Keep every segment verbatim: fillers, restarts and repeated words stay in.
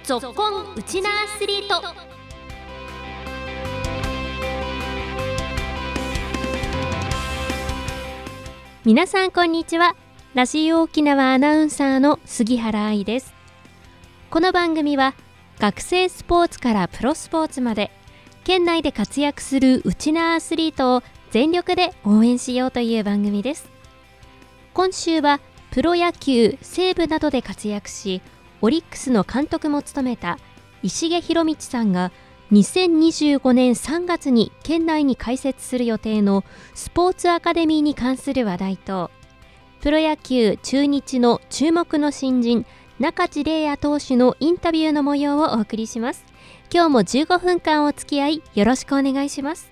ぞっこんウチナアスリート。皆さんこんにちは。ラジオ沖縄アナウンサーの杉原愛です。この番組は学生スポーツからプロスポーツまで県内で活躍するウチナアスリートを全力で応援しようという番組です。今週はプロ野球西武などで活躍し、オリックスの監督も務めた石毛博道さんがにせんにじゅうごねんさんがつに県内に開設する予定のスポーツアカデミーに関する話題と、プロ野球中日の注目の新人中地礼也投手のインタビューの模様をお送りします。今日もじゅうごふんかんお付き合いよろしくお願いします。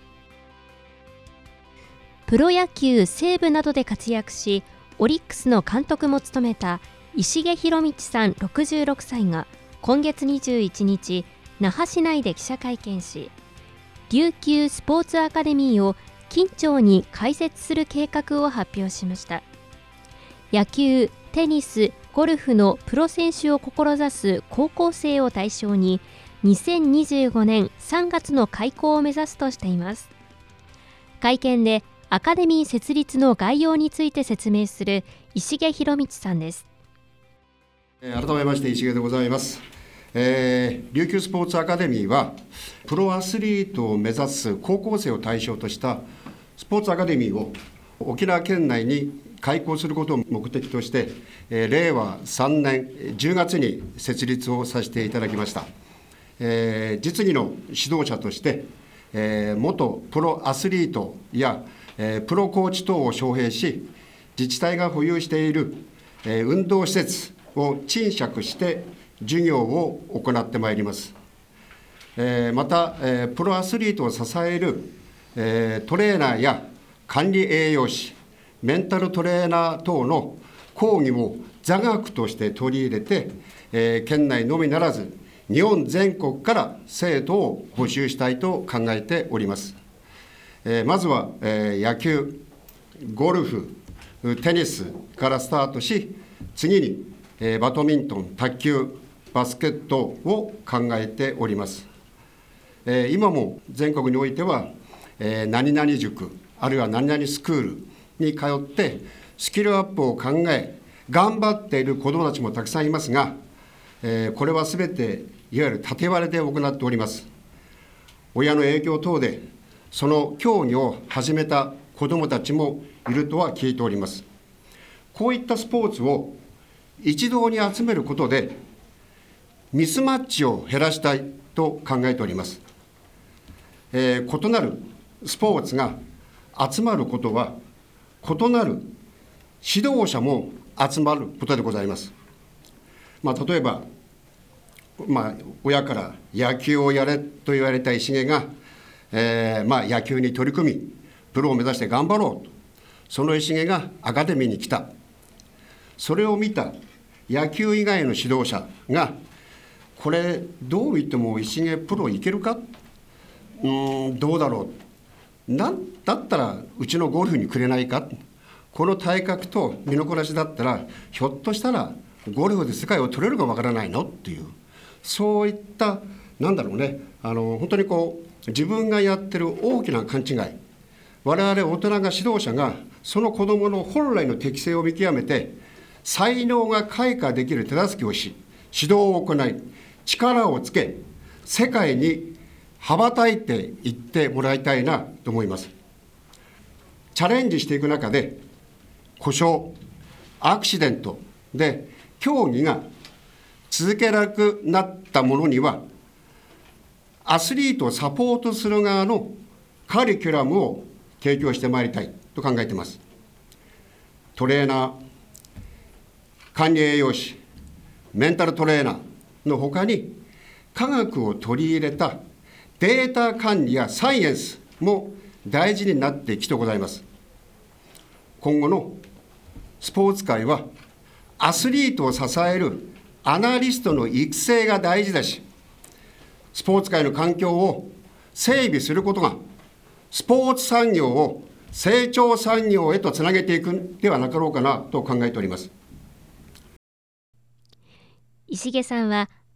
プロ野球西武などで活躍し、オリックスの監督も務めた石毛博道さんろくじゅうろくさいが今月にじゅういちにち那覇市内で記者会見し、琉球スポーツアカデミーを近町に開設する計画を発表しました。野球、テニス、ゴルフのプロ選手を志す高校生を対象ににせんにじゅうごねんさんがつの開校を目指すとしています。会見でアカデミー設立の概要について説明する石毛博道さんです。 改めまして石毛でございます。えー、琉球スポーツアカデミーはプロアスリートを目指す高校生を対象としたスポーツアカデミーを沖縄県内に開校することを目的として、えー、れいわさんねんじゅうがつに設立をさせていただきました。えー、実技の指導者として、えー、元プロアスリートや、えー、プロコーチ等を招聘し、自治体が保有している、えー、運動施設を賃借して授業を行ってまいります。えー、また、えー、プロアスリートを支える、えー、トレーナーや管理栄養士、メンタルトレーナー等の講義を座学として取り入れて、えー、県内のみならず日本全国から生徒を募集したいと考えております。えー、まずは、えー、野球、ゴルフ、テニスからスタートし、次に、えー、バドミントン、卓球、バスケットを考えております。えー、今も全国においては、えー、何々塾、あるいは何々スクールに通ってスキルアップを考え、頑張っている子どもたちもたくさんいますが、えー、これはすべていわゆる縦割りで行っております。親の影響等でその競技を始めた子どもたちもいるとは聞いております。こういったスポーツを一堂に集めることでミスマッチを減らしたいと考えております。えー、異なるスポーツが集まることは、異なる指導者も集まることでございます。まあ、例えば、まあ、親から野球をやれと言われた石毛が、えーまあ、野球に取り組み、プロを目指して頑張ろうと、その石毛がアカデミーに来た。それを見た野球以外の指導者が、これどう言っても石毛プロいけるか、うーんどうだろう、なんだったらうちのゴルフにくれないか、この体格と身のこなしだったらひょっとしたらゴルフで世界を取れるかわからないのっていう、そういったなんだろうね、あの本当にこう自分がやってる大きな勘違い、我々大人が指導者がその子どもの本来の適性を見極めて、才能が開花できる手助けをし、指導を行い、力をつけ、世界に羽ばたいていってもらいたいなと思います。チャレンジしていく中で、故障、アクシデントで競技が続けなくなったものには、アスリートをサポートする側のカリキュラムを提供してまいりたいと考えています。トレーナー、管理栄養士、メンタルトレーナーのほかに、科学を取り入れたデータ管理やサイエンスも大事になってきてございます。今後のスポーツ界は、アスリートを支えるアナリストの育成が大事だし、スポーツ界の環境を整備することが、スポーツ産業を成長産業へとつなげていくんではなかろうかなと考えております。 石毛さんは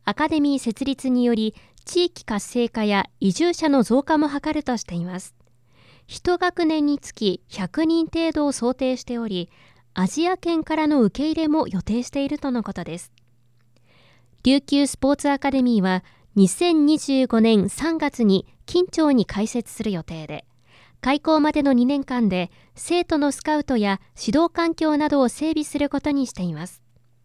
アカデミー設立により地域活性化や移住者の増加も図るとしています。一学年につきひゃくにん程度を想定しており、アジア圏からの受け入れも予定しているとのことです。琉球スポーツアカデミーはにせんにじゅうごねんさんがつに金武町に開設する予定で、開校までのにねんかんで生徒のスカウトや指導環境などを整備することにしています。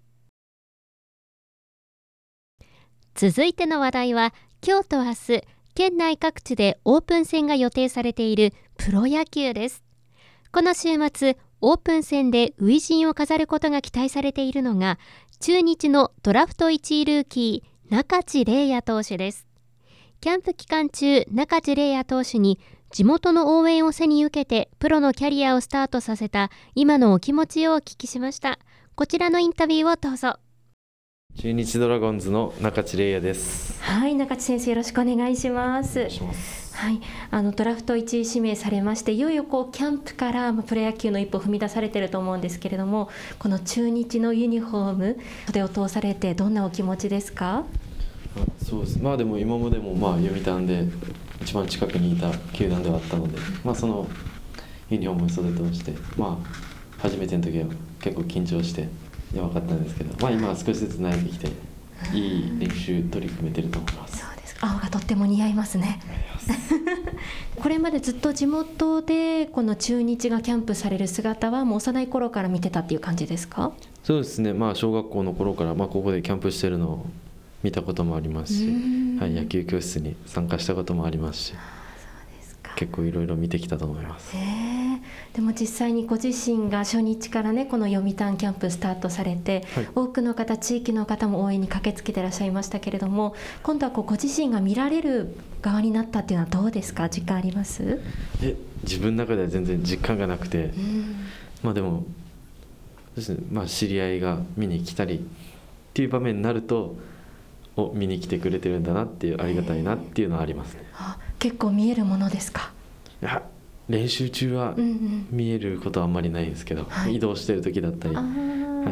続いての話題は、今日と明日県内各地でオープン戦が予定されているプロ野球です。この週末、オープン戦で初陣を飾ることが期待されているのが、中日のドラフトいちいルーキー中地礼也投手です。キャンプ期間中、中地礼也投手に地元の応援を背に受けてプロのキャリアをスタートさせた今のお気持ちをお聞きしました。こちらのインタビューをどうぞ。 中日ドラゴンズの中地礼也です。 はい、中地先生、よろしくお願いします。 お願いします。 はい、あのドラフトいちい指名されまして、いよいよこうキャンプからプロ野球の一歩を踏み出されていると思うんですけれども、この中日のユニフォーム袖を通されてどんなお気持ちですか？ あ、そうです。まあでも今までもまあ読谷で一番近くにいた球団ではあったので、まあそのユニフォームを袖通して、まあ初めての時は結構緊張してやばかったんですけど、まあ今は少しずつ慣れてきて、いい練習取り組めてると思います。 そうですか。青がとっても似合いますね。これまでずっと地元でこの中日がキャンプされる姿はもう幼い頃から見てたっていう感じですか？ そうですね。まあ小学校の頃からまあここでキャンプしてるのを見たこともありますし、はい、野球教室に参加したこともありますし、結構いろいろ見てきたと思います。 へでも実際にご自身が初日からね、この読谷キャンプスタートされて、はい、多くの方、地域の方も応援に駆けつけてらっしゃいましたけれども、今度はこうご自身が見られる側になったっていうのはどうですか？実感あります？ え自分の中では全然実感がなくて、まあでもですね、まあ、知り合いが見に来たりっていう場面になると、を見に来てくれてるんだなっていう、ありがたいなっていうのはありますね。 あ、結構見えるものですか？ いや、練習中は見えることはあんまりないですけど、うんうん、移動してる時だったり、はい、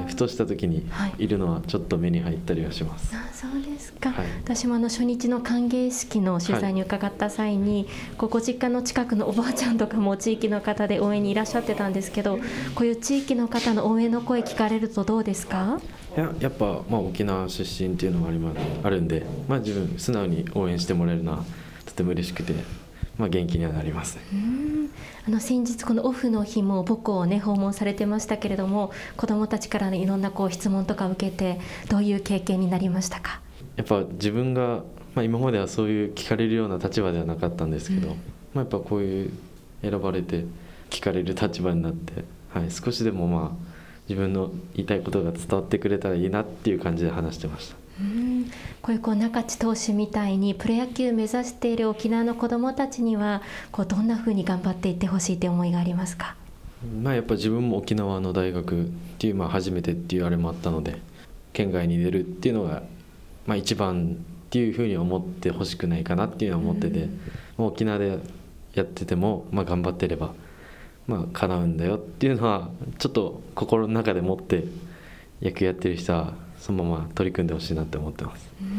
ふとした時にいるのはちょっと目に入ったりはします。 はい、あ、そうですか。 はい、 私もあの初日の歓迎式の取材に伺った際に、はい、こうご実家の近くのおばあちゃんとかも地域の方で応援にいらっしゃってたんですけど、こういう地域の方の応援の声聞かれるとどうですか？ いや、やっぱ、まあ、沖縄出身っていうのもありますあるんで、まあ、自分素直に応援してもらえるのはとても嬉しくて、まあ、元気にはなります。 うん、あの先日このオフの日も母校を、ね、訪問されてましたけれども、子どもたちからのいろんなこう質問とか受けてどういう経験になりましたか？ やっぱ自分が、まあ、今まではそういう聞かれるような立場ではなかったんですけど、うん、まあ、やっぱこういう選ばれて聞かれる立場になって、はい、少しでもまあ自分の言いたいことが伝わってくれたらいいなっていう感じで話してました。 うん、こういうこう中地投手みたいにプロ野球を目指している沖縄の子どもたちにはこうどんなふうに頑張っていってほしいという思いがありますか？ まあ、やっぱ自分も沖縄の大学っていう、まあ初めてっていうあれもあったので、県外に出るっていうのが、まあ、一番っていうふうに思ってほしくないかなっていうのは思ってて、うん、もう沖縄でやってても、まあ、頑張ってればまあ叶うんだよっていうのはちょっと心の中で持って、野球やってる人はそのまま取り組んでほしいなって思ってます。 うん、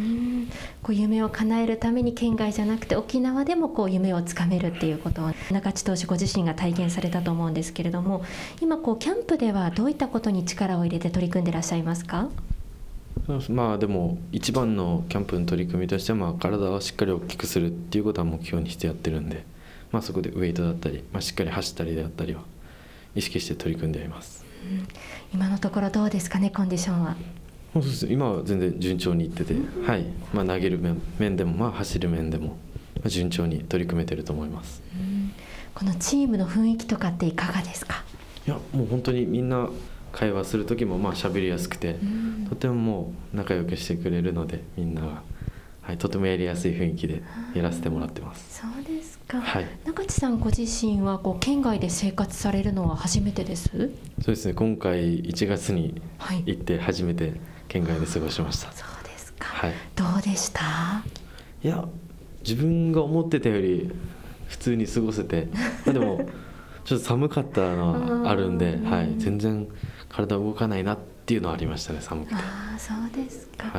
こう夢を叶えるために県外じゃなくて沖縄でもこう夢をつかめるっていうことを中地投手ご自身が体現されたと思うんですけれども、今こうキャンプではどういったことに力を入れて取り組んでいらっしゃいますか？ まあでも一番のキャンプの取り組みとしては、まあ体をしっかり大きくするっていうことは目標にしてやってるんで、まあ、そこでウエイトだったり、まあ、しっかり走ったりであったりは意識して取り組んでいます。 うん、今のところどうですかね、コンディションは？ そうです。今は全然順調にいってて、うん、はい、まあ、投げる 面, 面でも、まあ、走る面でも、まあ、順調に取り組めてると思います。 うん、このチームの雰囲気とかっていかがですか？ いや、もう本当にみんな会話する時もまあ喋りやすくて、うん、とてももう仲良くしてくれるので、みんなが、はい、とてもやりやすい雰囲気でやらせてもらってます。 そうですか。 はい、 中地さんご自身はこう県外で生活されるのは初めてです？ そうですね。今回いちがつに行って初めて県外で過ごしました。 はい、そうですか。 はい、 どうでした？ いや、自分が思ってたより普通に過ごせてでもちょっと寒かったのはあるんで、はい、全然体動かないなっていうのはありましたね、寒くて。 あ、そうですか。 はい、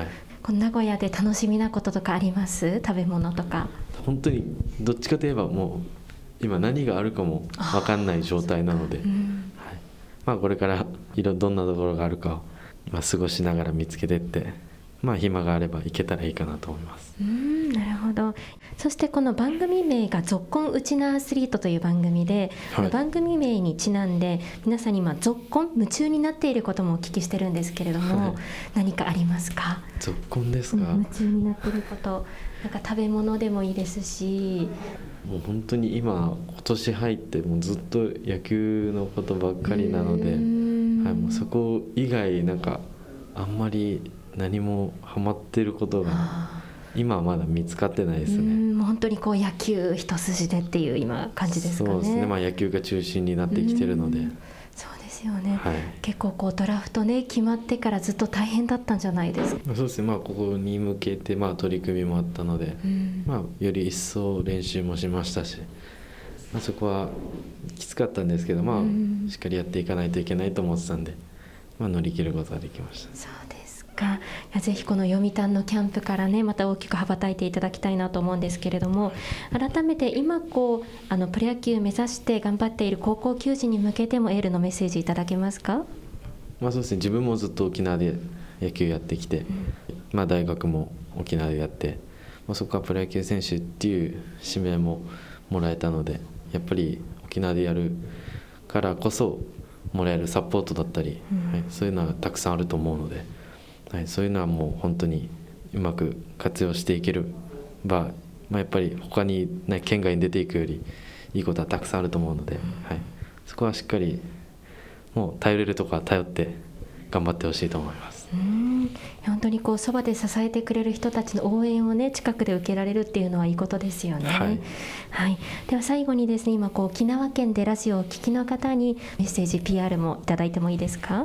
この名古屋で楽しみなこととかあります？食べ物とか。 本当にどっちかといえばもう今何があるかも分かんない状態なので、うんはいまあ、これからいろどんなところがあるかを、まあ、過ごしながら見つけていって、まあ、暇があれば行けたらいいかなと思います。 うんなるほど。そしてこの番組名がぞっこんうちなアスリートという番組で、はい、番組名にちなんで皆さんに今ぞっこん夢中になっていることもお聞きしてるんですけれども、はい、何かありますか？ ぞっこんですか、 うん、夢中になっていること、なんか食べ物でもいいですし、 もう本当に今今年入ってもうずっと野球のことばっかりなので、はい、もうそこ以外なんかあんまり何もハマってることが今はまだ見つかってないですね。 うんもう本当にこう野球一筋でっていう今感じですかね。 そうですね、まあ、野球が中心になってきてるので。 そうですよね、 はい、 結構こうドラフトね決まってからずっと大変だったんじゃないですか？ そうですね、まあ、ここに向けてまあ取り組みもあったので、まあ、より一層練習もしましたし、まあ、そこはきつかったんですけど、まあ、しっかりやっていかないといけないと思ってたんで、まあ、乗り切ることができました。 そうですか。いやぜひこの読谷のキャンプからねまた大きく羽ばたいていただきたいなと思うんですけれども、改めて今こうあのプロ野球目指して頑張っている高校球児に向けてもエールのメッセージいただけますか？ まあそうですね、自分もずっと沖縄で野球やってきて、うんまあ、大学も沖縄でやって、まあ、そこからプロ野球選手っていう指名ももらえたので、やっぱり沖縄でやるからこそもらえるサポートだったり、うんはい、そういうのはたくさんあると思うので、はい、そういうのはもう本当にうまく活用していければ、まあ、やっぱり他に、ね、県外に出ていくよりいいことはたくさんあると思うので、はい、そこはしっかりもう頼れるところは頼って頑張ってほしいと思います。 うん本当にこうそばで支えてくれる人たちの応援をね近くで受けられるっていうのはいいことですよね。はい、はい、では最後にですね、今こう沖縄県でラジオをお聞きの方にメッセージ ピーアール もいただいてもいいですか？ はい、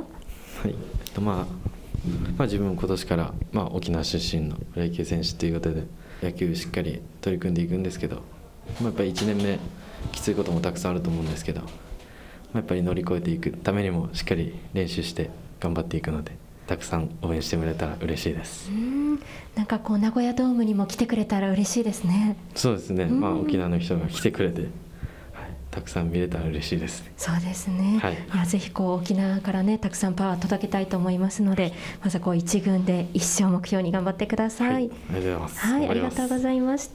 まあまあ、自分も今年から、まあ、沖縄出身のプロ野球選手ということで野球しっかり取り組んでいくんですけど、まあ、やっぱりいちねんめきついこともたくさんあると思うんですけど、まあ、やっぱり乗り越えていくためにもしっかり練習して頑張っていくので、たくさん応援してもらえたら嬉しいです。 うんなんかこう名古屋ドームにも来てくれたら嬉しいですね。 そうですね、まあ、沖縄の人が来てくれて、はい、たくさん見れたら嬉しいですね。 そうですね、 はい、 いやぜひこう沖縄からねたくさんパワー届けたいと思いますので、まずこう一軍で一生目標に頑張ってください。 はい、ありがとうございます。 はい、ありがとうございました。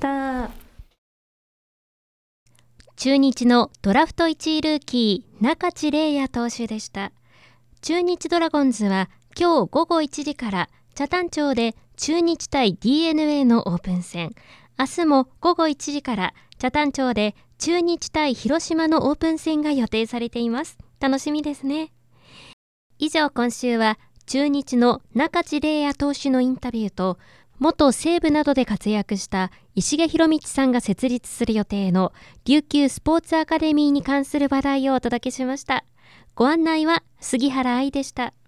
中日のドラフトいちいルーキー中地礼也投手でした。中日ドラゴンズは今日午後いちじから北谷町で中日対 ディーエヌエー のオープン戦、明日も午後いちじから北谷町で中日対広島のオープン戦が予定されています。楽しみですね。以上、今週は中日の中地礼也投手のインタビューと、元西武などで活躍した石毛博道さんが設立する予定の琉球スポーツアカデミーに関する話題をお届けしました。ご案内は杉原愛でした。